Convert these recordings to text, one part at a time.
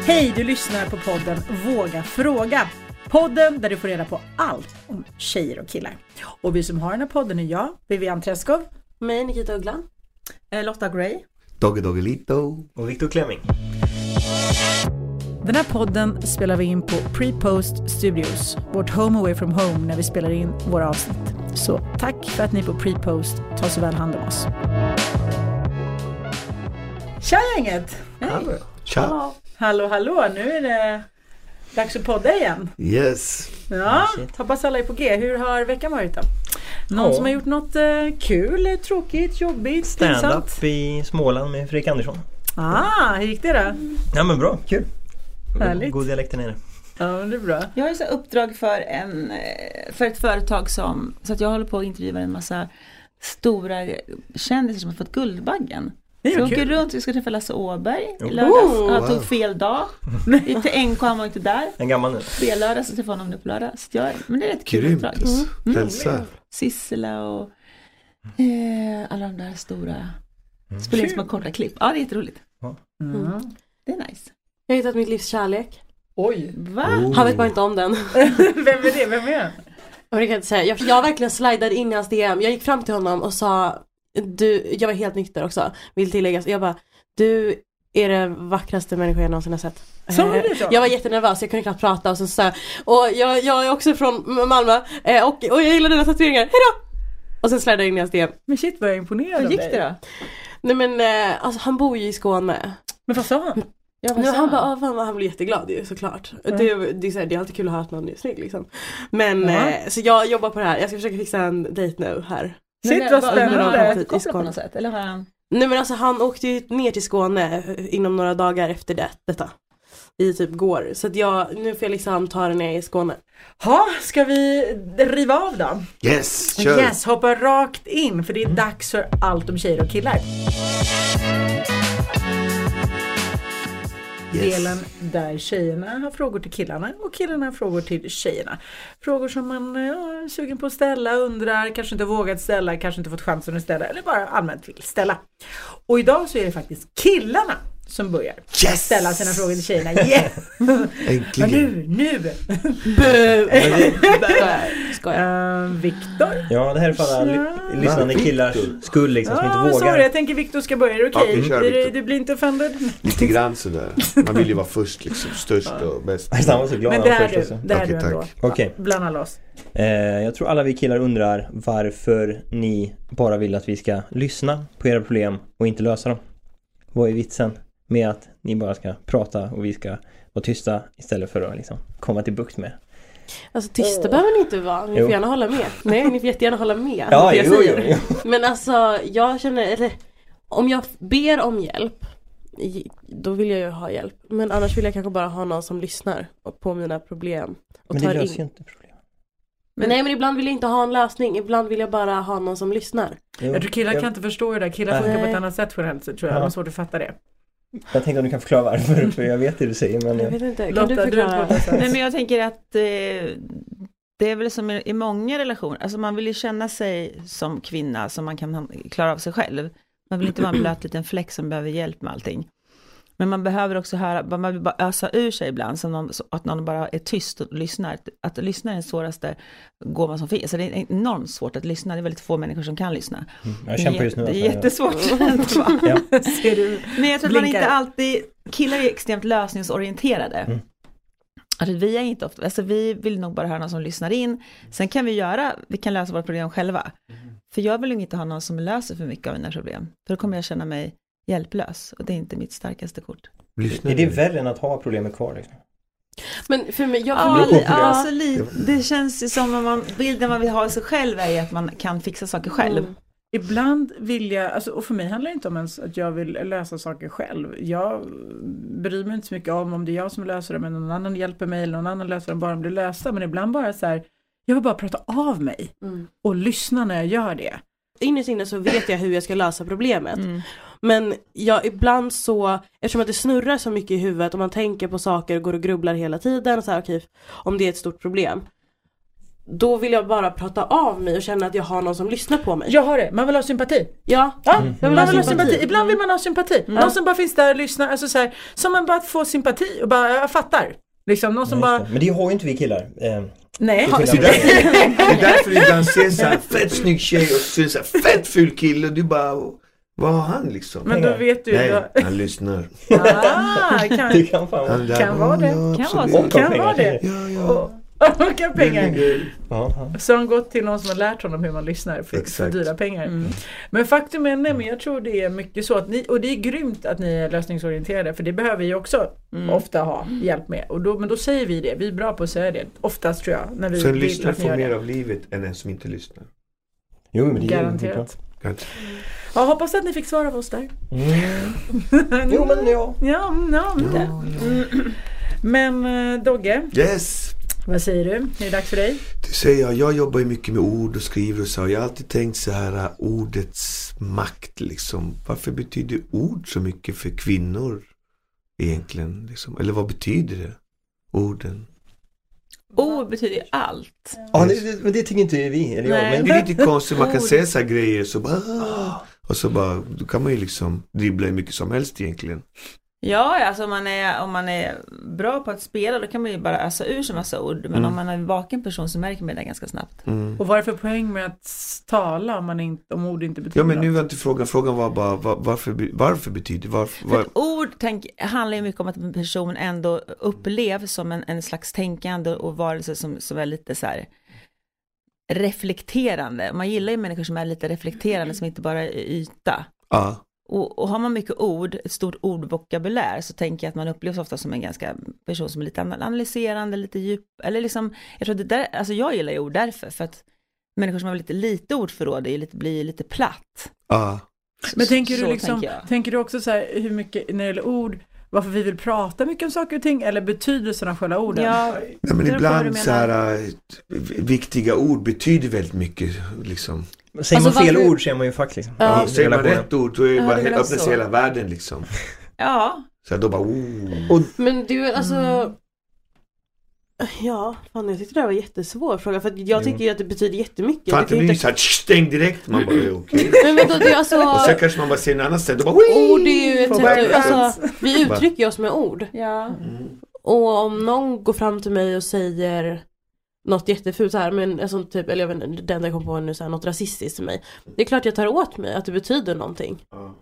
Hej, du lyssnar på podden Våga fråga. Podden där du får reda på allt om tjejer och killar. Och vi som har den här podden är jag, Vivian Träskov, mig, Nikita Uggla, Lotta Gray, Dogge Doggelito och Victor Klemming. Den här podden spelar vi in på Prepost Studios, vårt home away from home när vi spelar in våra avsnitt. Så tack för att ni på Prepost tar så väl hand om oss. Tja gänget! Hej. Tja. Hallå, nu är det dags att podda igen. Yes. Ja, hoppas alla är på G. Hur har veckan varit då? Någon som har gjort något kul, tråkigt, jobbigt, Stand-up i Småland med Fredrik Andersson. Hur gick det då? Ja men bra, kul. Härligt. God dialekten är det. Ja, men det är bra. Jag har ju så uppdrag för ett företag så att jag håller på att intervjua en massa stora kändisar som har fått Guldbaggen. Så jag åker runt, vi ska träffa Lasse Åberg i lördags. Jag tog fel dag. Gick till NK, han var inte där. En gammal nu. Fel lördag, så träffade honom nu på lördag. Så men det är ett kul Grymt. uppdrag. Hälsa. Sissela och alla de där stora spelar in små korta klipp. Ja, det är jätteroligt. Det är nice. Jag har hittat mitt livs kärlek. Oj. Va? Han vet bara inte om den. Vem är det? Vem är det? Jag kan inte säga. Jag verkligen slidade in i hans DM. Jag gick fram till honom och sa, jag var helt nykter också, vill tilläggas. Jag bara, du är det vackraste människa jag någonsin har sett. Jag var jättenervös, jag kunde knappt prata. Och så sa och jag är också från Malmö och jag gillar dina tatueringar, hejdå! Och sen slidade jag in i hans DM. Men shit, vad jag är imponerad. Hur gick det då? Nej men, alltså han bor ju i Skåne. Men vad sa han? Han bara, han blir jätteglad ju såklart. Det är alltid kul att höra att någon är snygg liksom. Men så jag jobbar på det här. Jag ska försöka fixa en date nu här. Shit, vad spännande. Har han kopplat på något sätt? Eller har han... Nej men alltså han åkte ju ner till Skåne inom några dagar efter detta. I typ går. Så att nu får jag liksom ta det ner i Skåne. Ska vi riva av då? Yes, kör. Yes, hoppa rakt in. För det är dags för allt om tjejer och killar. Delen där tjejerna har frågor till killarna och killarna har frågor till tjejerna. Frågor som man är sugen på att ställa, undrar, kanske inte vågat ställa, kanske inte fått chansen att ställa eller bara allmänt vill ställa. Och idag så är det faktiskt killarna som börjar ställa sina frågor till tjejerna. Yeah! Äntligen. Nu! Viktor? Ja, det här är för alla lyssnande killars skull liksom, som inte vågar. Sorry, jag tänker Viktor ska börja. Är det okej? Okej, Du blir inte offended? Lite grann sådär. Man vill ju vara först liksom, störst och bäst. Han var så glad. Men det är du ändå. Okej. Bland alla oss. Jag tror alla vi killar undrar varför ni bara vill att vi ska lyssna på era problem och inte lösa dem. Vad är vitsen med att ni bara ska prata och vi ska vara tysta istället för att liksom komma till bukt med? Alltså tysta behöver ni inte vara. Ni får gärna hålla med. Nej, ni får jättegärna hålla med. Ja, jo. Men alltså, jag känner, om jag ber om hjälp, då vill jag ju ha hjälp. Men annars vill jag kanske bara ha någon som lyssnar på mina problem. Och men det löser ju inte problem. Men ibland vill jag inte ha en lösning. Ibland vill jag bara ha någon som lyssnar. Jag tror killar kan inte förstå det där. Killar funkar på ett annat sätt generellt, tror jag. Det är svårt att fatta det. Jag tänkte om du kan förklara varför, för jag vet det du säger. Men jag vet inte, kan Lotta, du förklara? Nej, men jag tänker att det är väl som i många relationer. Alltså man vill ju känna sig som kvinna som man kan klara av sig själv. Man vill inte vara en blöt liten fläck som behöver hjälp med allting. Men man behöver också höra, man vill bara ösa ur sig ibland som att någon bara är tyst och lyssnar. Att lyssna är den svåraste gåvan som finns. Alltså det är enormt svårt att lyssna. Det är väldigt få människor som kan lyssna. Jag kämpar just nu. Det är jättesvårt. Ser du? Men jag tror att man inte alltid, killar är extremt lösningsorienterade. Alltså vi är inte ofta, alltså vi vill nog bara höra någon som lyssnar in. Sen kan vi kan lösa våra problem själva. För jag vill ju inte ha någon som löser för mycket av mina problem. För då kommer jag känna mig hjälplös. Och det är inte mitt starkaste kort. Är det värre än att ha problemet kvar liksom? Men för mig, det känns ju som att bilden man vill ha i sig själv är att man kan fixa saker själv. Ibland vill jag, alltså, och för mig handlar det inte om ens att jag vill lösa saker själv. Jag bryr mig inte så mycket om det är jag som löser det, men någon annan hjälper mig eller någon annan löser det bara om det är lösta. Men ibland bara så här, jag vill bara prata av mig och lyssna när jag gör det. Innerst inne så vet jag hur jag ska lösa problemet. Men ibland så, eftersom att det snurrar så mycket i huvudet och man tänker på saker och går och grubblar hela tiden och så här, okej, om det är ett stort problem. då vill jag bara prata av mig och känna att jag har någon som lyssnar på mig. Jag har det, man vill ha sympati. Ja, jag vill ha sympati. Ibland vill man ha sympati. Någon som bara finns där och lyssnar, alltså så här, som man bara får sympati och bara, jag fattar. Liksom, någon som bara... Men det har ju inte vi killar. Nej. Det är därför du ibland ser så här fett snygg tjej och så så här fett ful kille och du bara, vad har han liksom? Men då vet du ju. Nej, han lyssnar. Det kan fan vara. Kan vara det. Kan vara det. Ja. Och kan pengar. Så har han gått till någon som har lärt honom hur man lyssnar för dyra pengar. Men faktum är, men jag tror det är mycket så att ni, och det är grymt att ni är lösningsorienterade, för det behöver vi också ofta ha hjälp med. Men då säger vi det, vi är bra på att säga det. Oftast tror jag. När vi så en vill lyssnare att ni får gör mer det. av livet än en som inte lyssnar. Jo, men det Garanterat. Ja. Ja, hoppas att ni fick svara på oss där. Jo, men ja. Ja. Men Dogge, Yes. vad säger du? Är det dags för dig? Det säger jag jobbar ju mycket med ord och skriver och så. Jag har alltid tänkt så här, ordets makt liksom. Varför betyder ord så mycket för kvinnor egentligen? Liksom? Eller vad betyder det? Orden. Ord betyder ju allt. Ja, men det tycker inte vi. Eller jag. Nej. Men Det är lite konstigt, man kan säga så här grejer så bara, och så bara, då kan man ju liksom dribbla hur mycket som helst egentligen. Ja, alltså om man är bra på att spela, då kan man ju bara ösa ur sig massa ord. Men om man är en vaken person så märker man det ganska snabbt. Och vad är det för poäng med att tala om ord inte betyder Ja, men nu något? var inte frågan var bara varför betyder För att ord handlar ju mycket om att en person ändå upplevs som en slags tänkande och varelse som är lite så här reflekterande. Man gillar ju människor som är lite reflekterande, som inte bara är yta. Ja. Och har man mycket ord, ett stort ordvokabulär, så tänker jag att man upplevs ofta som en ganska person som är lite analyserande, lite djup, eller liksom, jag tror det där, alltså jag gillar ju ord därför, för att människor som har lite ordförråd blir lite platt. Ja. Men tänker Så du liksom, tänker jag. tänker du också så här, hur mycket när det gäller ord, varför vi vill prata mycket om saker och ting, eller betydelsen av själva orden? Ja, Ja, men det är vad du ibland så här viktiga ord betyder väldigt mycket liksom. säger man Alltså, fel varför- ord så är man ju fuck liksom. Ja. Säger man rätt ord då är det bara det är väl öppnar sig så. hela världen liksom. ja. Så här, då bara Men du, alltså... Ja, fan, jag tyckte det här var en jättesvår fråga. För att jag tycker ju att det betyder jättemycket. fan Det det kan ju blir inte... så här stäng direkt. Man bara okej. Men vänta, det är alltså... Och sen kanske man bara ser en annan ställe. Då bara Ord är ju ett Får sätt, bara- alltså, vi uttrycker oss med ord. Ja. Och om någon går fram till mig och säger något jättefult så här, men alltså, typ, eller jag vet inte, den där kom på nu så här, något rasistiskt till mig. Det är klart jag tar åt mig att det betyder någonting.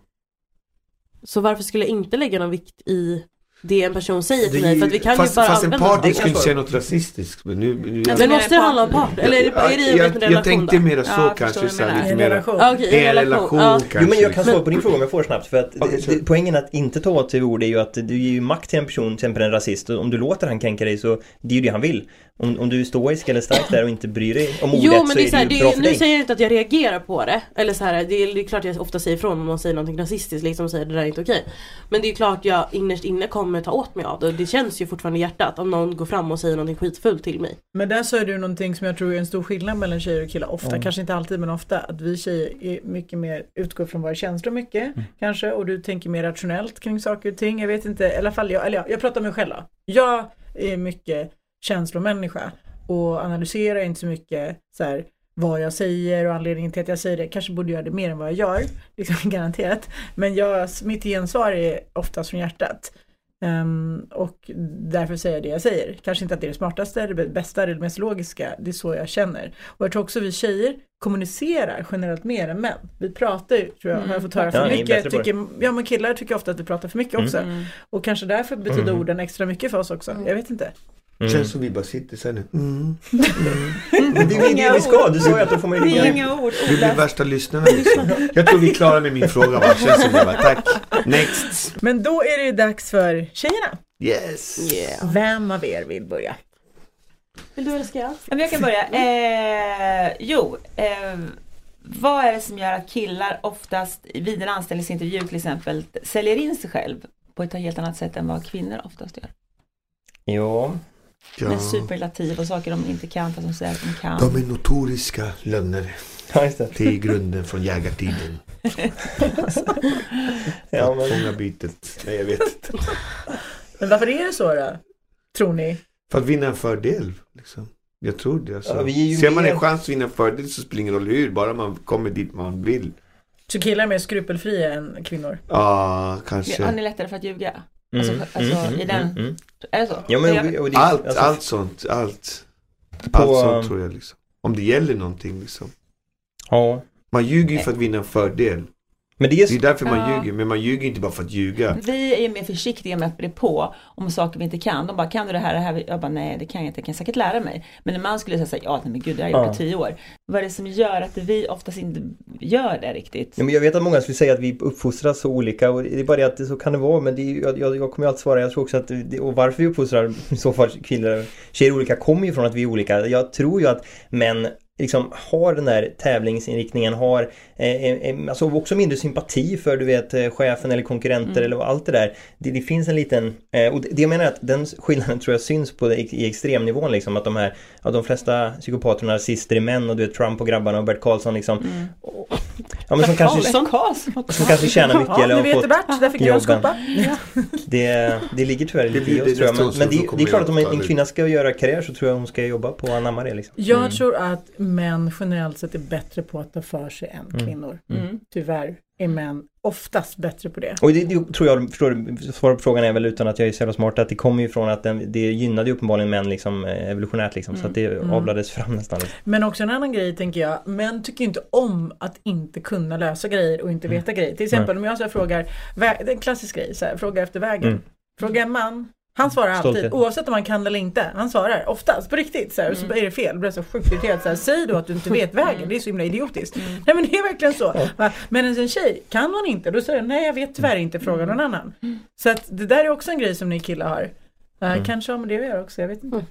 Så varför skulle jag inte lägga någon vikt i det en person säger till mig? För att vi kan ju bara fast en använda partner det. skulle inte säga något rasistiskt. Men nu Men måste det handla om partner? Eller är det i en relation jag tänkte då? mer så Ja, kanske förstår så vad du här, menar. lite En mer relation. Okej, en relation Ja. kanske. Jo, men jag kan liksom. svara på din fråga om jag får snabbt. För att Okej, kör. poängen att inte ta åt sig ord är ju att du ger ju makt till en person, till exempel en rasist. Och om du låter han kränka dig så det är ju det han vill. Om du är stoisk eller stark där och inte bryr dig om ordet, Jo, men så det är så här, det ju bra för nu dig. säger jag inte att jag reagerar på det. Eller så här, det är klart jag ofta säger ifrån om någon säger någonting rasistiskt, liksom säger det där är inte okej. Men det är klart jag innerst inne kommer ta åt mig av det. Och det känns ju fortfarande i hjärtat om någon går fram och säger någonting skitfullt till mig. Men där sa du någonting som jag tror är en stor skillnad mellan tjejer och killar ofta, kanske inte alltid men ofta, att vi tjejer är mycket mer, utgår från våra känslor mycket kanske, och du tänker mer rationellt kring saker och ting. Jag vet inte, i alla fall jag pratar om mig själv då. Jag är mycket känslomänniska och analyserar inte så mycket så här, vad jag säger och anledningen till att jag säger det. Kanske borde göra det mer än vad jag gör, liksom, garanterat. Men mitt gensvar är oftast från hjärtat. Och därför säger jag det jag säger. Kanske inte att det är det smartaste, det bästa, det mest logiska. Det är så jag känner. Och jag tror också vi tjejer kommunicerar generellt mer än män. Vi pratar ju, tror jag, har jag fått höra Ja, för ni är mycket. bättre på det. Men killar tycker ofta att vi pratar för mycket också. Och kanske därför betyder orden extra mycket för oss också. Jag vet inte. Känns som vi bara sitter så här nu. Men det är ju det vi ska, du sa ju att då får man ju ligga. Inga ord. Vi blir värsta lyssnarna liksom. Jag tror vi är klara med min fråga, va? Känns som det, va? Tack. Next. Men då är det ju dags för tjejerna. Yes. Yeah. Vem av er vill börja? Vill du eller ska jag? Men jag kan börja. Vad är det som gör att killar oftast vid en anställningsintervju till exempel säljer in sig själv på ett helt annat sätt än vad kvinnor oftast gör? Ja. Med superlativ och saker de inte kan fast de säger att de kan. De är notoriska lögner. Ja, just det. Till grunden från jägartiden. Ja, men... Fånga bytet. Nej, jag vet inte. Men varför är det så då? Tror ni? För att vinna en fördel liksom. Jag tror det. Alltså. Ja, ser man en chans att vinna fördel så spelar ingen roll hur. Bara man kommer dit man vill. Så killar är mer skrupelfria än kvinnor? Ja, kanske. Har ni lättare för att ljuga? I den... Är det så? Ja, men, Allt sånt. Allt sånt tror jag liksom. Om det gäller någonting liksom. Ja. Man ljuger ju för att vinna en fördel. Men det är därför man ljuger. Men man ljuger inte bara för att ljuga. Vi är ju mer försiktiga med att bli på om saker vi inte kan. De bara, kan du det här? Jag bara, nej det kan jag inte. Jag kan säkert lära mig. Men en man skulle säga, ja men gud, det har jag gjort i 10 år. Vad är det som gör att vi oftast inte gör det riktigt? Ja, men jag vet att många skulle säga att vi uppfostras så olika. Och det är bara det att så kan det vara. Men det är, jag kommer ju alltid svara. Jag tror också att och varför vi uppfostrar i så fall kvinnor tjejer olika kommer ju från att vi är olika. Jag tror ju att män liksom har den där tävlingsinriktningen, har alltså också mindre sympati för du vet chefen eller konkurrenter eller allt det där. Det finns en liten och det jag menar att den skillnaden tror jag syns på i extremnivån liksom, att de flesta psykopater och narcissister är män och du vet Trump och grabbarna och Bert Karlsson liksom. Ja, men som kanske tjänar mycket eller har fått Bert, där fick jag skopa. Det ligger tyvärr lite i oss tror jag. Men det är klart att om en kvinna ska göra karriär så tror jag hon ska jobba på anamma det liksom. Jag tror att män generellt sett är bättre på att ta för sig än kvinnor. Tyvärr är män oftast bättre på det. Och det tror jag, svaret på frågan är väl utan att jag är så jävla smart, att det kommer ju från att det gynnade uppenbarligen män liksom, evolutionärt liksom, så att det avlades fram nästan. Men också en annan grej tänker jag, män tycker inte om att inte kunna lösa grejer och inte veta grejer. Till exempel om jag så här frågar, det är en klassisk grej, så här, fråga efter vägen. Fråga en man. Han svarar alltid, oavsett om han kan eller inte. Han svarar oftast, på riktigt. Så här, så är det fel, det blir så sjukt irriterat. Så här, säg då att du inte vet vägen, det är så himla idiotiskt. Nej men det är verkligen så. Men en tjej, kan hon inte? Då säger nej jag vet tyvärr inte, fråga någon annan. Så att det där är också en grej som ni killar har. Kanske har med det att göra också, jag vet inte.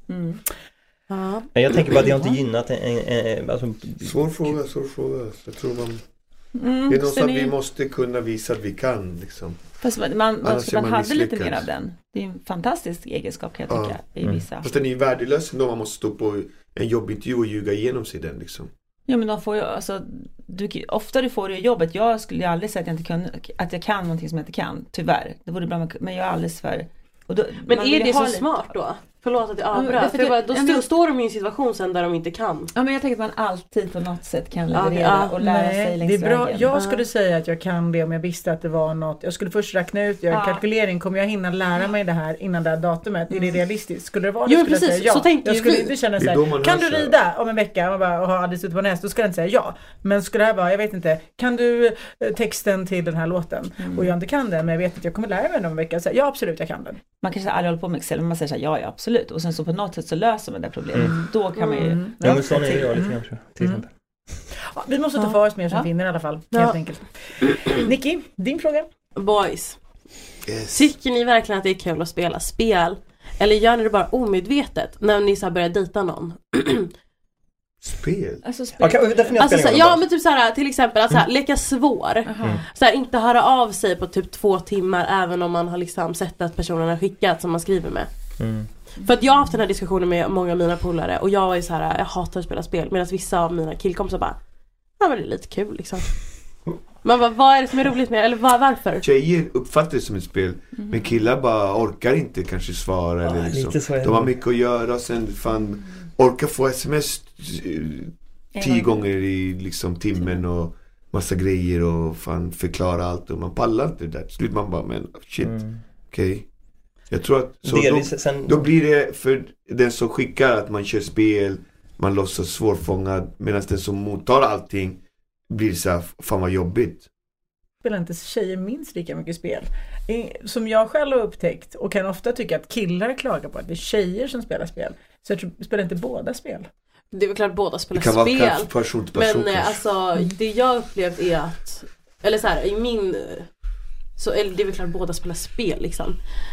Jag tänker bara att det har inte gynnat alltså... Svår fråga. Jag tror det är något som vi måste kunna visa att vi kan liksom. Fast man hade lite mer av den. Det är en fantastisk egenskap kan jag tycka i vissa. Fast den är ju värdelös då man måste stå på en jobbintervju och ljuga igenom sig den liksom. Ja men de får ju, alltså, ofta du får det jobbet. Jag skulle aldrig säga att jag kan någonting som jag inte kan, tyvärr. Det vore bra, men jag är alldeles för... Men är det så smart då? Förlåt att jag avbröt. Då står de i en situation sen där de inte kan. Ja, men jag tänker att man alltid på något sätt kan leverera och lära sig längs det är bra. vägen. Jag skulle säga att jag kan det om jag visste att det var något. Jag skulle först räkna ut, göra kalkylering. Kommer jag hinna lära mig det här innan det här datumet? Är det realistiskt? Skulle det vara det skulle jag säga ja. Så jag skulle inte känna så här, kan du rida om en vecka och ha aldrig suttit på en häst? Då skulle jag inte säga ja. Men skulle det här vara, jag vet inte, kan du texten till den här låten? Och jag inte kan den, men jag vet att jag kommer lära mig den om en vecka. Så ja, absolut, jag kan den. Man kanske aldrig håller på med Excel, men man säger så här, ja, absolut. Och sen så på något sätt så löser man det problemet. Då kan man ju... Ja, men sån är jag lite grann, till exempel. Ja, vi måste ta för oss mer som finner i alla fall, helt enkelt. Nicky, din fråga? Boys, tycker ni verkligen att det är kul att spela spel? Eller gör ni det bara omedvetet när ni så börjar dejta någon? Spel? Alltså spel. Ja, men typ såhär, till exempel att såhär, leka svår. Såhär, inte höra av sig på typ 2 timmar även om man har liksom sett att personen har skickat som man skriver med. För att jag har haft den här diskussionen med många av mina polare och jag var ju så här, jag hatar att spela spel, medan vissa av mina killkompisar bara, ja men det är lite kul liksom. Men vad är det som är roligt med det? Eller varför? Tjejer uppfattar det som ett spel, men killar bara orkar inte kanske svara eller liksom. De har mycket att göra och sen fan orkar få sms 10 gånger i liksom timmen och massa grejer och fan förklara allt och man pallar inte det där. Till slut man bara, men shit, okej. Jag tror att så då blir det för den som skickar att man kör spel, man låtsas svårfångad, medan den som mottar allting blir så här, fan vad jobbigt. Spelar inte tjejer minst lika mycket spel? Som jag själv har upptäckt och kan ofta tycka att killar klagar på att det är tjejer som spelar spel. Så jag tror, spelar inte båda spel? Det är väl klart båda spelar spel. Vara person till person, men alltså det jag upplevt är att, eller så här, i min... Så, eller det är väl klart båda spelar spel liksom.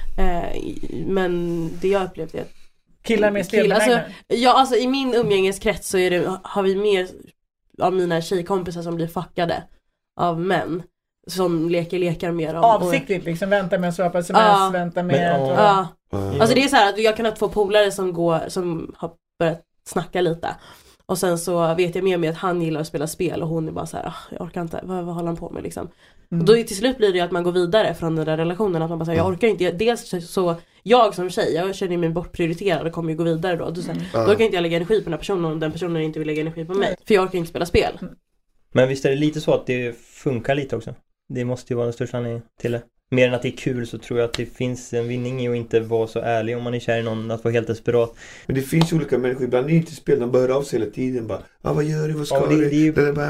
Men det jag upplevt är att killar med spelbenägna. Alltså i min umgängeskrets så har vi mer av mina tjejkompisar som blir fuckade av män som lekar mer om avsiktligt liksom, vänta med att svara på sms, vänta med alltså det är så här att jag kan ha 2 polare som har börjat snacka lite. Och sen så vet jag mer med att han gillar att spela spel och hon är bara så här, jag orkar inte, vad håller han på med liksom. Och då till slut blir det ju att man går vidare från den där relationen, att man bara säger, jag orkar inte. Dels så jag som tjej, jag känner mig bortprioriterad och kommer ju gå vidare då. Då kan inte jag lägga energi på den här personen om den personen inte vill lägga energi på mig. För jag kan inte spela spel. Men visst är det lite så att det funkar lite också? Det måste ju vara den största anledningen till det. Mer än att det är kul så tror jag att det finns en vinning i att inte vara så ärlig om man är kär i någon, att vara helt desperat. Men det finns ju olika människor, ibland är det inte spel, de bör av sig hela tiden bara, vad gör du, vad ska det är ju...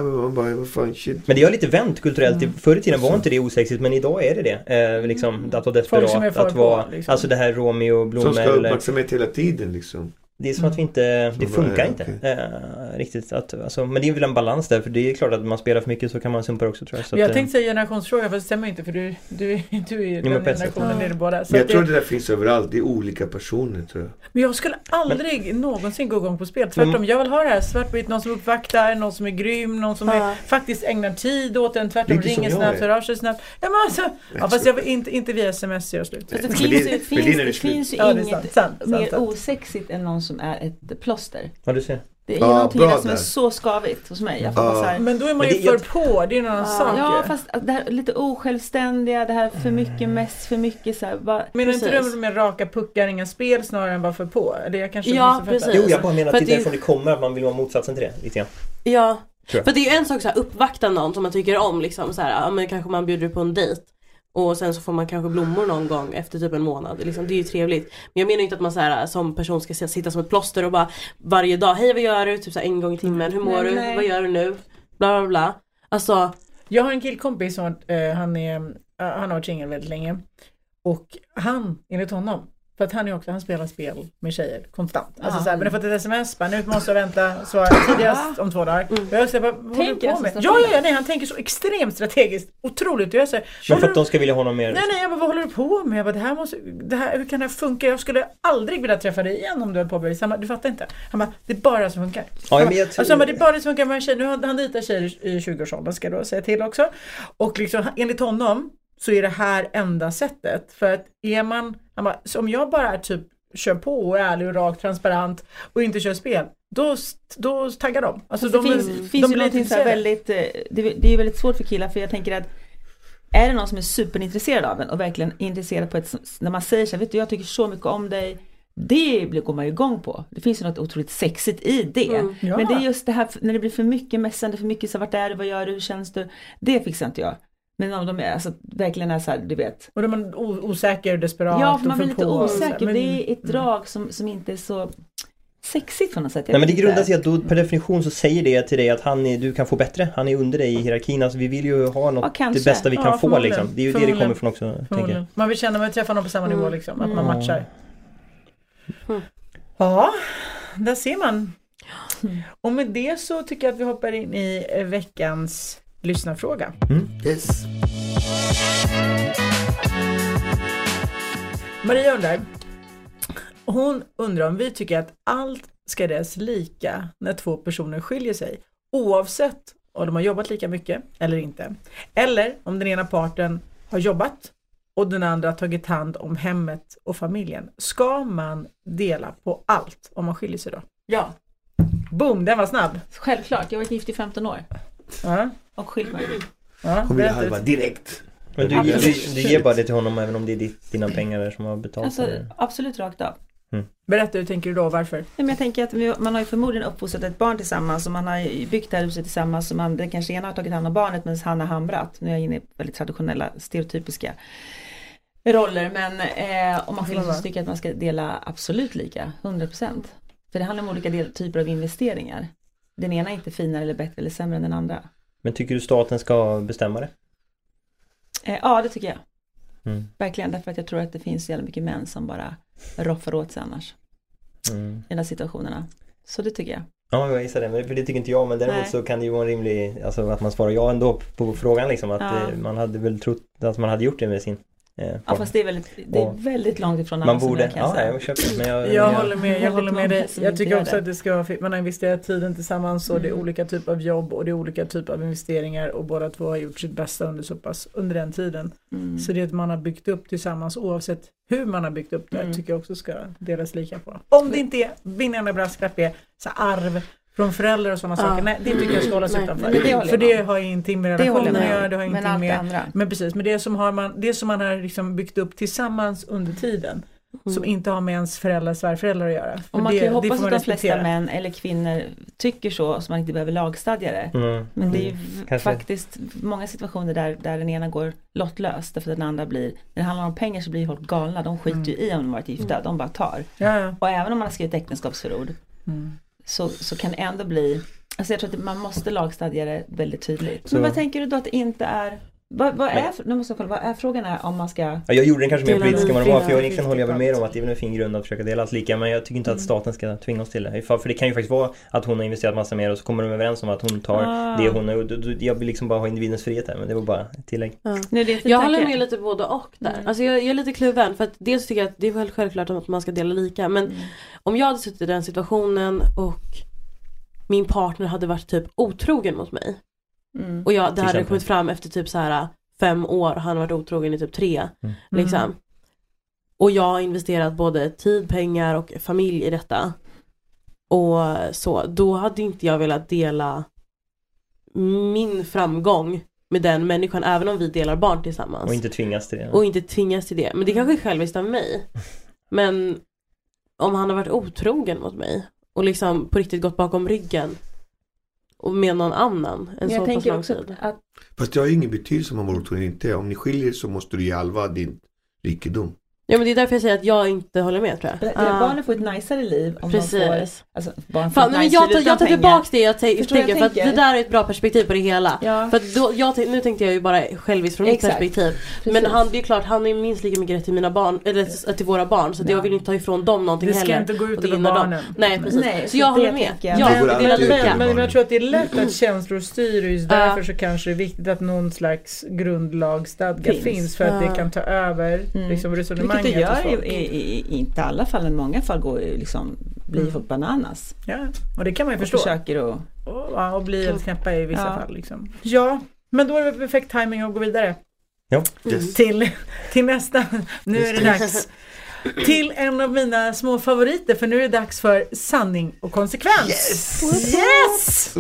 vad fan, shit. Men det har lite vänt kulturellt, förr i tiden var inte det osexigt, men idag är det liksom, att vara desperat, att vara, liksom. Alltså det här Romeo och Blommor. Som ska uppmärksamhet hela tiden liksom. Det är som att vi inte, det funkar inte riktigt alltså, men det är väl en balans där, för det är klart att man spelar för mycket så kan man sumpa också, tror jag. Så jag tänkte säga generationsfråga, fast det stämmer inte, för du är ju den generationen är det båda. Men jag tror det där finns överallt, det är olika personer, tror jag. Men jag skulle aldrig någonsin gå igång på spel, tvärtom, jag vill ha det här svartvitt, någon som uppvaktar, någon som är grym, någon som faktiskt ägnar tid åt en, tvärtom ringer snabbt, hör av sig snabbt. Ja, men alltså, fast jag vill inte via sms göra slut. Det finns ju inget mer osexigt än någon som är ett plåster. Ja, du ser. Det är ju någonting där som är så skavigt hos mig. Så här, men då är man ju för på, det är en annan sak. Ja, fast det här lite osjälvständiga, det här för mycket mest, för mycket så här. Men inte du med raka puckar, inga spel snarare än bara för på? Eller jag kanske precis. Jo, jag bara menar att det är därifrån det kommer att man vill vara motsatsen till det, lite grann. Ja, för det är ju en sak så här, uppvakta någon som man tycker om liksom så här, men kanske man bjuder på en dejt. Och sen så får man kanske blommor någon gång efter typ en månad. Liksom, det är ju trevligt. Men jag menar inte att man så här, som person ska sitta som ett plåster och bara varje dag, hej vad gör du? Typ så här, en gång i timmen, hur mår du? Vad gör du nu? Bla bla bla. Alltså, jag har en killkompis som han har varit singel väldigt länge. Och enligt honom, för att han spelar spel med tjejer konstant. Alltså såhär, men jag har fått ett sms, nu måste jag vänta svara tidigast om 2 dagar. Och jag säger, vad håller du på med? Ja, han tänker så extremt strategiskt. Otroligt. Och jag säger, men för att de ska vilja ha någon mer? Nej, jag bara, vad håller du på med? Jag bara, hur kan det här funka? Jag skulle aldrig vilja träffa dig igen om du höll på med det. Du fattar inte. Han bara, det är bara det som funkar. Ja, det är bara det som funkar med en tjej. Nu har han dejtar tjejer i 20-årsåldern, ska jag då säga till också. Och liksom, enligt honom så är det här enda sättet. För att han bara, så om jag bara typ kör på och är ärlig och rak, transparent och inte kör spel, då taggar de. Alltså det finns ju någonting så här väldigt, det är väldigt svårt för killar, för jag tänker att är det någon som är superintresserad av en och verkligen intresserad på när man säger så här, vet du, jag tycker så mycket om dig, det går man ju igång på. Det finns ju något otroligt sexigt i det. Men det är just det här, när det blir för mycket mässande, för mycket så vart är du, vad gör du, hur känns du? Det fixar inte jag. Men om de är alltså, verkligen är så här, du vet. Och då är man osäker och desperat. Ja, för man blir lite osäker. Det är ett drag som inte är så sexigt på något sätt. Nej, men det grundar sig att då, per definition så säger det till dig att du kan få bättre. Han är under dig i hierarkin. Alltså vi vill ju ha något, det bästa vi kan få liksom. Det är ju det kommer ifrån också, tänker jag. Man vill känna att man träffar någon på samma nivå liksom. Att man matchar. Ja, där ser man. Och med det så tycker jag att vi hoppar in i veckans lyssnarfråga. Yes. Maria undrar. Hon undrar om vi tycker att allt ska delas lika när 2 personer skiljer sig. Oavsett om de har jobbat lika mycket eller inte. Eller om den ena parten har jobbat och den andra har tagit hand om hemmet och familjen. Ska man dela på allt om man skiljer sig då? Ja. Boom, den var snabb. Självklart, jag har varit gift i 15 år. Och skilt mig. Hon vill halva direkt. Men du ger bara det till honom även om det är dina pengar som har betalt? Alltså, absolut rakt av. Berätta, hur tänker du då? Varför? Men jag tänker att man har ju förmodligen uppfostrat ett barn tillsammans och man har byggt det här huset tillsammans och den kanske ena har tagit hand om barnet medan han har hamrat. Nu är jag inne i väldigt traditionella, stereotypiska roller, men om man skiljer sig tycker att man ska dela absolut lika, 100%. För det handlar om olika typer av investeringar. Den ena är inte finare eller bättre eller sämre än den andra. Men tycker du staten ska bestämma det? Ja, det tycker jag. Verkligen, därför att jag tror att det finns jävla mycket män som bara roffar åt sig annars. I de här situationerna. Så det tycker jag. Ja, jag gissar det. För det tycker inte jag. Men däremot så kan det ju vara en rimlig... Alltså att man svarar ja ändå på frågan. Liksom, att man hade väl trott att man hade gjort det med sin... Ja, fast det är väldigt långt ifrån man borde, jag köper, men jag håller med dig. Jag tycker också att det ska man har investerat tiden tillsammans och det är olika typer av jobb och det är olika typer av investeringar och båda 2 har gjort sitt bästa under den tiden. Så det man har byggt upp tillsammans, oavsett hur man har byggt upp det, tycker jag också ska delas lika på. Om det inte är vinnande brasklapp är så arv från föräldrar och sådana saker. Nej, det tycker jag ska hållas utanför. För det har ju ingenting med relationen att göra. Det har ingenting med. Men precis, men det som man har liksom byggt upp tillsammans under tiden. som inte har med ens föräldrar, svärföräldrar att göra. Och man det, kan ju hoppas man att de flesta respektera. män eller kvinnor tycker så man inte behöver lagstadga det. Men det är ju faktiskt många situationer där den ena går lottlös därför att den andra blir, när det handlar om pengar så blir folk galna. De skiter ju i om de varit gifta, de bara tar. Ja. Och även om man har skrivit äktenskapsförord så kan det ändå bli, alltså jag tror att man måste lagstadga det väldigt tydligt. Men vad tänker du då att det inte är? Vad är frågan är om man ska... Ja, jag gjorde den kanske mer politisk än vad den var, för jag lika håller jag väl med om att det är en fin grund att försöka dela allt lika, men jag tycker inte att staten ska tvinga oss till det. För det kan ju faktiskt vara att hon har investerat massa mer och så kommer de överens om att hon tar det hon har. Jag vill liksom bara ha individens frihet här, men det var bara ett tillägg. Jag håller med lite både och där. Alltså jag är lite kluven, för att dels tycker jag att det är självklart att man ska dela lika, men om jag hade suttit i den situationen och min partner hade varit typ otrogen mot mig och det hade kommit fram efter typ så här 5 år, han har varit otrogen i typ 3 liksom. Och jag har investerat både tid, pengar och familj i detta. Och så, då hade inte jag velat dela min framgång med den människan, även om vi delar barn tillsammans. Och inte tvingas till det. Men det kanske är själviskt av mig. Men om han har varit otrogen mot mig och liksom på riktigt gått bakom ryggen och med någon annan en jag sån tänker också att... Fast det har ju ingen betydelse om man var otrogen inte. Om ni skiljer så måste du ge Alva din rikedom. Ja, men det är därför jag säger att jag inte håller med, tror jag. Barnen får ett najsare liv om de får... Alltså, barn får men jag tar tillbaka det jag tänker, för att det där är ett bra perspektiv på det hela. Ja. För att nu tänkte jag ju bara själviskt från mitt perspektiv. Precis. Men det är klart, han är minst lika mycket rätt till mina barn, eller till våra barn, så jag vill inte ta ifrån dem någonting heller. Det ska inte gå ut över barnen. Nej, precis. Nej, så jag håller med. Men jag tror att det är lätt att känslor styr, och just därför så kanske det är viktigt att någon slags grundlagstadga finns för att det kan ta över liksom resonemanget. Vilket det gör i inte alla fall, men i många fall går liksom, blir folk bananas. Ja, och det kan man ju förstå. Försöker och bli helt knäppa i vissa fall. Liksom. Ja, men då är det perfekt timing att gå vidare. Ja. Till nästa. Nu är det dags. Till en av mina små favoriter, för nu är det dags för sanning och konsekvens. Yes!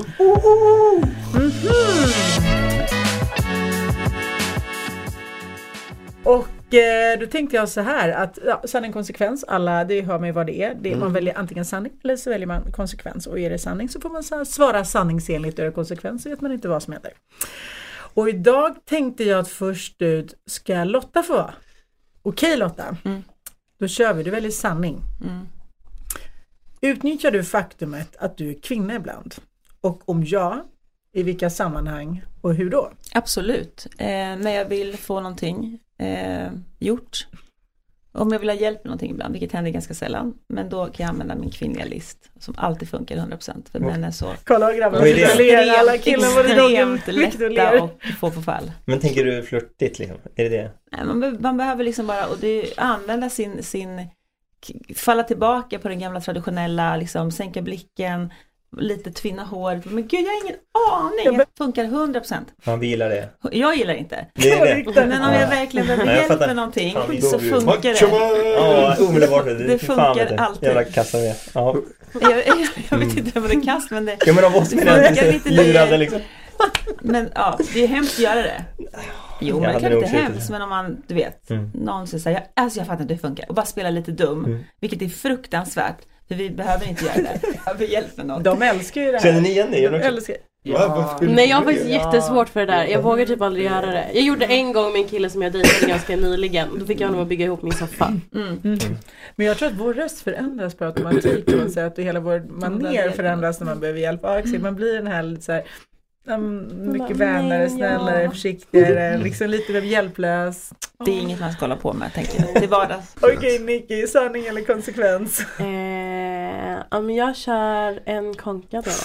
Och då tänkte jag så här att sanning och konsekvens, alla, det hör man ju vad det är. Man väljer antingen sanning eller så väljer man konsekvens. Och är det sanning så får man svara sanningsenligt, och är det konsekvens så vet man inte vad som händer. Och idag tänkte jag att först ut ska Lotta få vara. Okej, Lotta, då kör vi, du väljer sanning. Utnyttjar du faktumet att du är kvinna ibland? Och om ja, i vilka sammanhang och hur då? Absolut. När jag vill få någonting gjort. Om jag vill ha hjälp med någonting ibland, vilket händer ganska sällan. Men då kan jag använda min kvinnliga list som alltid funkar 100%. För den är så... Kolla grabbar, alla killar var extremt lätta och få på fall. Men tänker du flörtigt liksom? Är det det? Nej, man behöver liksom bara använda sin falla tillbaka på den gamla traditionella, liksom sänka blicken, lite tvinna håret. Men gud, jag har ingen aning. Det funkar 100%. Man gillar det. Jag gillar inte. Det är det. Men om jag verkligen behöver hjälp med någonting så funkar det. Ja, omedelbart. Det funkar alltid. Jävla kassa med. Ja. Jag vet inte om det är kast, men det ja, men av oss är lite lurade liksom. Men ja, det är hemskt att göra det. Jo, men det kan inte hemskt, men om man, du vet, någon säger jag fattar att det funkar och bara spela lite dum, vilket är fruktansvärt. För vi behöver inte göra det. Jag behöver hjälp med något. De älskar ju det här. Känner ni igen det? De älskar. Ja. Nej, jag har faktiskt jättesvårt för det där. Jag vågar typ aldrig göra det. Jag gjorde en gång med en kille som jag dejtade ganska nyligen. Då fick jag honom att bygga ihop min soffa. Men jag tror att vår röst förändras på automatik. Man säger att hela vår manér förändras när man behöver hjälp. Man blir den här lite så här, mycket vänligare, snällare, försiktigare, liksom lite mer hjälplös. Det är inget man ska hålla på med, tänker jag. Det är vardags. Okej, Nicky, sanning eller konsekvens? Men jag kör en konka då.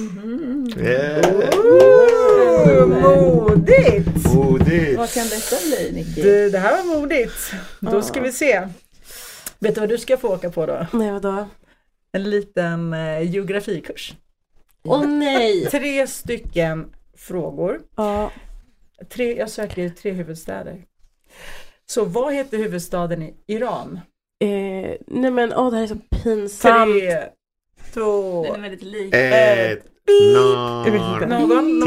Modigt! Vad kan detta bli, Nicky? Det här var modigt. Då ska vi se. Vet du vad du ska få åka på då? Nej, vadå? En liten geografikurs. Nej! 3 stycken frågor. Ja. Jag söker 3 huvudstäder. Så vad heter huvudstaden i Iran? Nej men, det här är så pinsamt. 3, 2, Den är väldigt lik. 1, någon?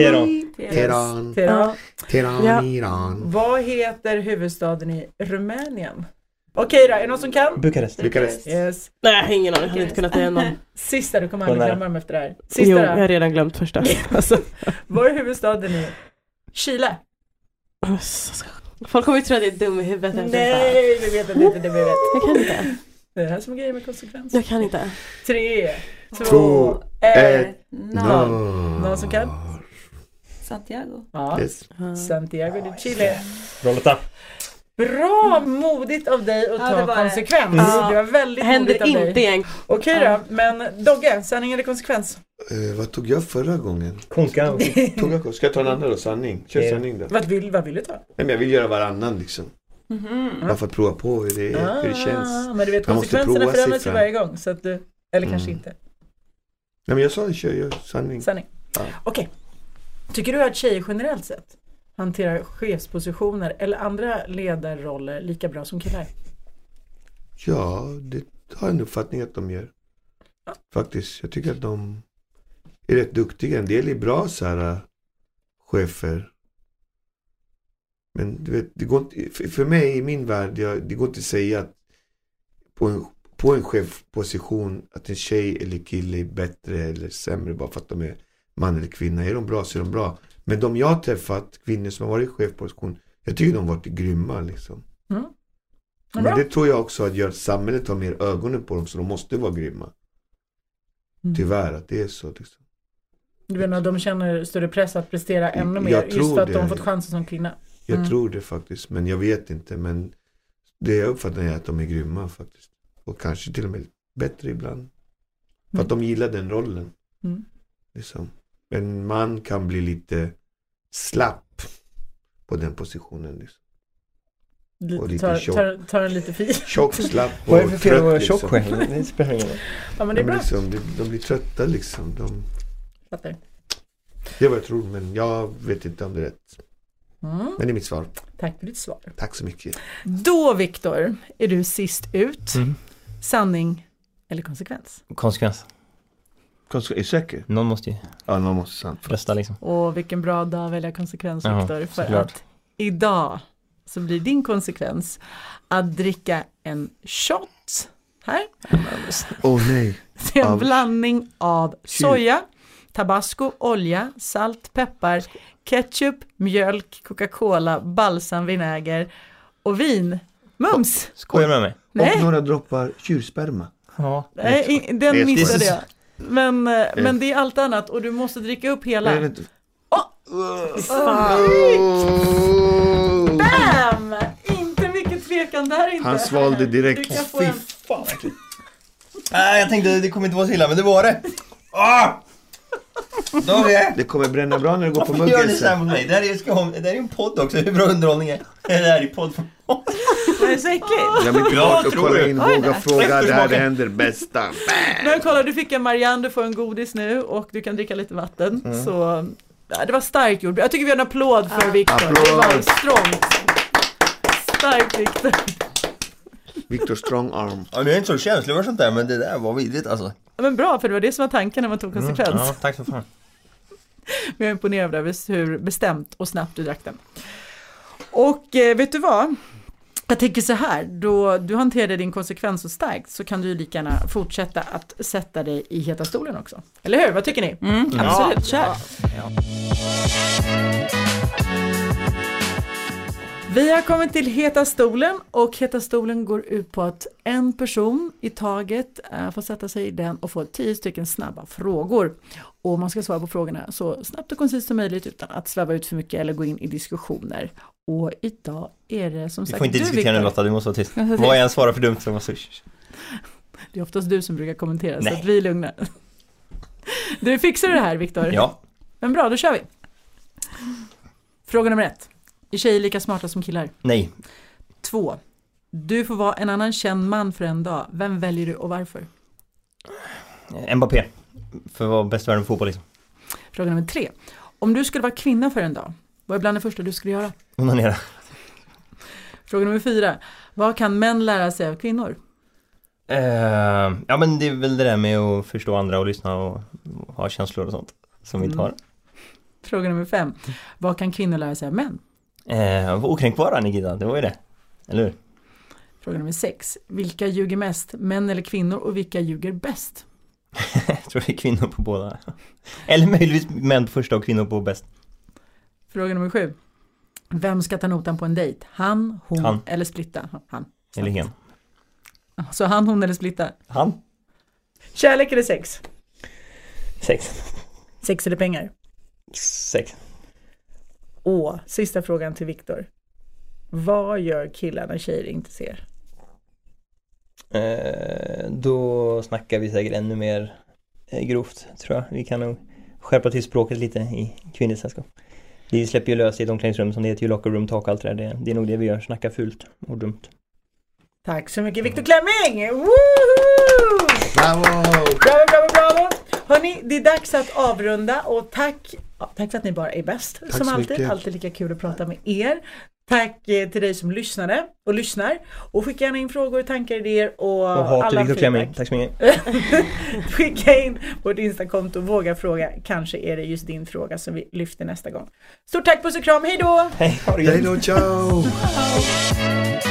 Teheran, Ja. Iran. Vad heter huvudstaden i Rumänien? Okej då, är det någon som kan? Bukarest. Yes. Nej, jag har ingen aning. Jag hade inte kunnat det ändå. Sista, du kommer aldrig glömma dem efter det här. Jo, Sista jag då. har redan glömt första. Alltså. Vad är huvudstaden i Chile? Folk kommer ju tro att jag är dum i huvudet. Nej, vi vet inte det vi vet. Jag kan inte. Det är det här som är grejer med konsekvens. Jag kan inte. 3, 2, 2, 1. No. Någon som kan? Santiago. Ja, Yes. Santiago de Chile. Bra Lotta. Bra, modigt av dig att Ja, ta det var det. konsekvens. Ja. Det var väldigt Händer modigt av inte dig. igen. Okej då, men Dogge, sanning eller konsekvens? Vad tog jag förra gången? Konka. Ska jag ta en annan då? Sanning? Kör sanning då. Vad vill du ta? Nej, men jag vill göra varannan liksom. Bara för att prova på hur det känns. Men du vet, Man måste konsekvenserna prova sig förändras ju fram. varje gång. Så att du, eller kanske inte. Nej, men jag sa kör sanning. Sanning. Ja. Okej. Tycker du att tjejer generellt sett hanterar chefspositioner eller andra ledarroller lika bra som killar? Ja, det har jag en uppfattning att de gör. Faktiskt, jag tycker att de är rätt duktiga. En del är bra så här chefer. Men du vet, det går inte, för mig i min värld, det går inte att säga att på en chefposition att en tjej eller kille är bättre eller sämre bara för att de är man eller kvinna. Är de bra så är de bra. Men de jag har träffat, kvinnor som har varit i chefposition, jag tycker de har varit grymma liksom. Men det tror jag också att gör att samhället har mer ögonen på dem, så de måste vara grymma. Tyvärr att det är så liksom. Du menar att de känner större press att prestera ännu mer Jag just tror för att det. de har fått chansen som kvinna? Jag tror det faktiskt, men jag vet inte. Men det jag uppfattar är att de är grymma faktiskt. Och kanske till och med bättre ibland. För att de gillar den rollen. Liksom. En man kan bli lite slapp på den positionen liksom. Och lite tjock. Tar en lite fin. Tjock, slapp och Vad är det för fel att vara trött tjock liksom. själv? Det spelar ingen roll. Ja, men det är bra. Liksom, de blir trötta liksom. Fattar. Det är vad jag tror, men jag vet inte om det är rätt. Men det är mitt svar. Tack för ditt svar. Tack så mycket. Då, Viktor, är du sist ut. Sanning eller konsekvens? Konsekvens. Är du säker? Någon måste ju Ja, någon måste sant. rösta liksom. Och vilken bra dag att välja konsekvens, Ja, Viktor. För såklart. att idag så blir din konsekvens att dricka en shot. Här. Nej. Det är en Av- blandning av soja, tabasco, olja, salt, peppar, ketchup, mjölk, Coca-Cola, balsamvinäger och vin. Mums! Skojar med mig? Nej. Och några droppar tjursperma. Ja. Nej, den Det är missade så- jag. Men det är allt annat och du måste dricka upp hela. Jag vet inte. Bam! Inte mycket tvekan där inte. Han svalde direkt. Du kan få en... Fan verkligen. Nej, jag tänkte det kommer inte vara så illa, men det var det. Då är det. Det kommer bränna bra när det går på Varför gör ni muggen så här sen. mot mig? Det här är ju en podd också, hur bra underhållning är det här i podd? Det är så äckligt. Jag vill inte Ja, bort och tror kolla du? in, våga fråga, det här Eftersmaken. det händer bästa. Men kolla, du fick en Marianne, du får en godis nu och du kan dricka lite vatten. Så ja, det var starkt gjort. Jag tycker vi har en applåd för Viktor. Det var Applåd. strångt. Starkt, Viktor. Victor Strong Arm. Ja, det är inte så känslig för sånt där, men det där var vidrigt alltså. Ja, men bra, för det var det som var tanken när man tog konsekvens. Ja, tack så fan. Men jag är imponerad över hur bestämt och snabbt du drack den. Och vet du vad? Jag tänker så här, då du hanterade din konsekvens så starkt så kan du ju lika gärna fortsätta att sätta dig i heta stolen också. Eller hur? Vad tycker ni? Absolut, kör. Vi har kommit till heta stolen och heta stolen går ut på att en person i taget får sätta sig i den och få 10 stycken snabba frågor. Och man ska svara på frågorna så snabbt och koncist som möjligt utan att sväva ut för mycket eller gå in i diskussioner. Och idag är det som Vi sagt får inte du, diskutera nu Viktor. Lotta, du måste vara tyst. Vad jag än svarar för dumt så måste Det är oftast du som brukar kommentera Nej. så att vi är lugna. Du fixar det här, Viktor. Ja. Men bra, då kör vi. Fråga nummer 1. Är tjejer lika smarta som killar? Nej. 2. Du får vara en annan känd man för en dag. Vem väljer du och varför? Mbappé. För att vara bäst i världen på fotboll liksom. Fråga nummer 3. Om du skulle vara kvinna för en dag, vad är bland det första du skulle göra? Onanera. Fråga nummer 4. Vad kan män lära sig av kvinnor? Ja, men det är väl det där med att förstå andra och lyssna och ha känslor och sånt som vi inte har. Fråga nummer 5. Vad kan kvinnor lära sig av män? Var okränkbara, Nikita, det var ju det. Eller hur? Fråga nummer 6. Vilka ljuger mest? Män eller kvinnor? Och vilka ljuger bäst? Jag tror det är kvinnor på båda. Eller möjligtvis män på första och kvinnor på bäst. Fråga nummer 7. Vem ska ta notan på en dejt? Han, hon eller splitta? Han. Eller hen. Så han, hon eller splitta? Han. Kärlek eller sex? 6. Sex eller pengar? 6. Sista frågan till Viktor. Vad gör killar när tjejer inte ser? Då snackar vi säkert ännu mer grovt, tror jag. Vi kan nog skärpa till språket lite i kvinnligt sällskap. Vi släpper ju lös i ett omklädningsrum som det heter ju locker room talk och allt det där. Det är nog det vi gör, snacka fult och dumt. Tack så mycket Viktor Klemming! Woohoo! Bravo! Bravo! Hörrni, det är dags att avrunda och tack för att ni bara är bäst. Tack som så alltid, mycket. alltid lika kul att prata med er. Tack till dig som lyssnade och lyssnar. Och skicka gärna in frågor, tankar, idéer och hat till alla Viktor Klemming. feedback. Tack så mycket. Skicka in vårt Instakonto, våga fråga. Kanske är det just din fråga som vi lyfter nästa gång. Stort tack, puss och kram, hej då! Hej, ha det gött. Hej då, ciao!